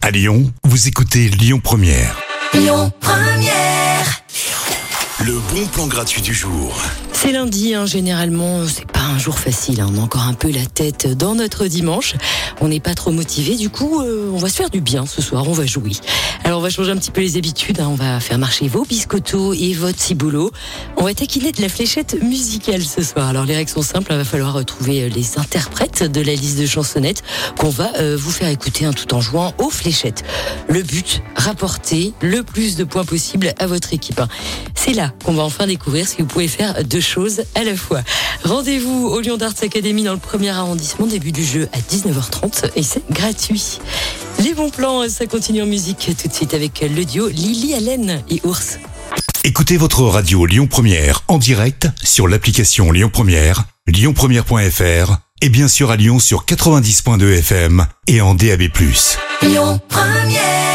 À Lyon, vous écoutez Lyon Première. Lyon Première. Le bon plan gratuit du jour. C'est lundi, généralement, c'est pas un jour facile. On a encore un peu la tête dans notre dimanche. On n'est pas trop motivé, du coup, on va se faire du bien ce soir, on va jouer. Alors, on va changer un petit peu les habitudes. On va faire marcher vos biscottos et votre ciboulot. On va taquiner de la fléchette musicale ce soir. Alors, les règles sont simples. Il va falloir trouver les interprètes de la liste de chansonnettes qu'on va vous faire écouter tout en jouant aux fléchettes. Le but, rapporter le plus de points possible à votre équipe. C'est là qu'on va enfin découvrir si vous pouvez faire deux choses à la fois. Rendez-vous au Lyon Darts Academy dans le 1er arrondissement, début du jeu à 19h30 et c'est gratuit. Les bons plans, ça continue en musique tout de suite avec le duo Lily Allen et Ours. Écoutez votre radio Lyon Première en direct sur l'application Lyon Première, lyonpremière.fr et bien sûr à Lyon sur 90.2 FM et en DAB+. Lyon Première.